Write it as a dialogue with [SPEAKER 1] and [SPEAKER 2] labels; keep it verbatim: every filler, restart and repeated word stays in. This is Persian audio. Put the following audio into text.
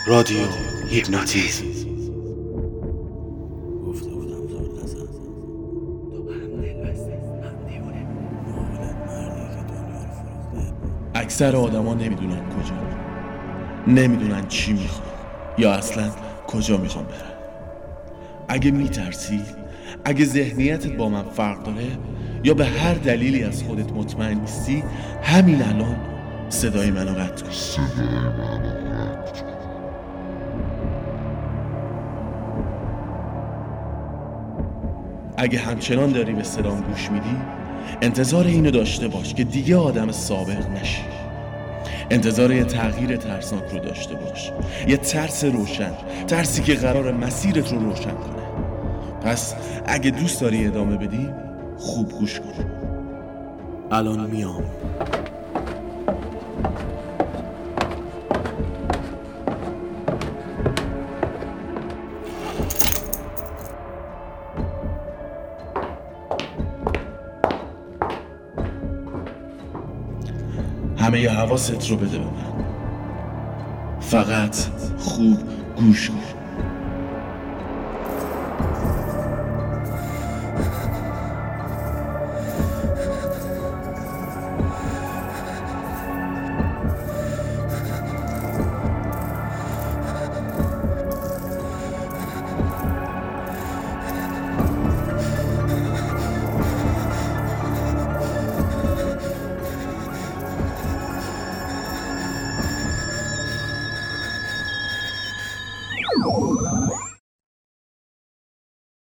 [SPEAKER 1] رادیو هیپنوتیزم.
[SPEAKER 2] گفته بودم زود نزن. تو هم دلبسته هم دیوونه. مقابلت مردی که دنیا رو فروخته.
[SPEAKER 3] اکثر آدما نمیدونن کجا، نمیدونن چی میخوان یا اصلا کجا میخوان برن. اگه میترسی، اگه ذهنیتت با من فرق داره یا به هر دلیلی از خودت مطمئن نیستی، همین الان صدای منو قطع کن.
[SPEAKER 4] صدای منو قطع کن.
[SPEAKER 3] اگه همچنان داری به صدام گوش میدی، انتظار اینو داشته باش که دیگه آدم سابق نشی. انتظار یه تغییر ترسناک رو داشته باش، یه ترس روشن، ترسی که قرار مسیرت رو روشن کنه. پس اگه دوست داری ادامه بدی، خوب گوش کن. الان میام. همه ی حواست رو بده به من. فقط خوب گوش کن.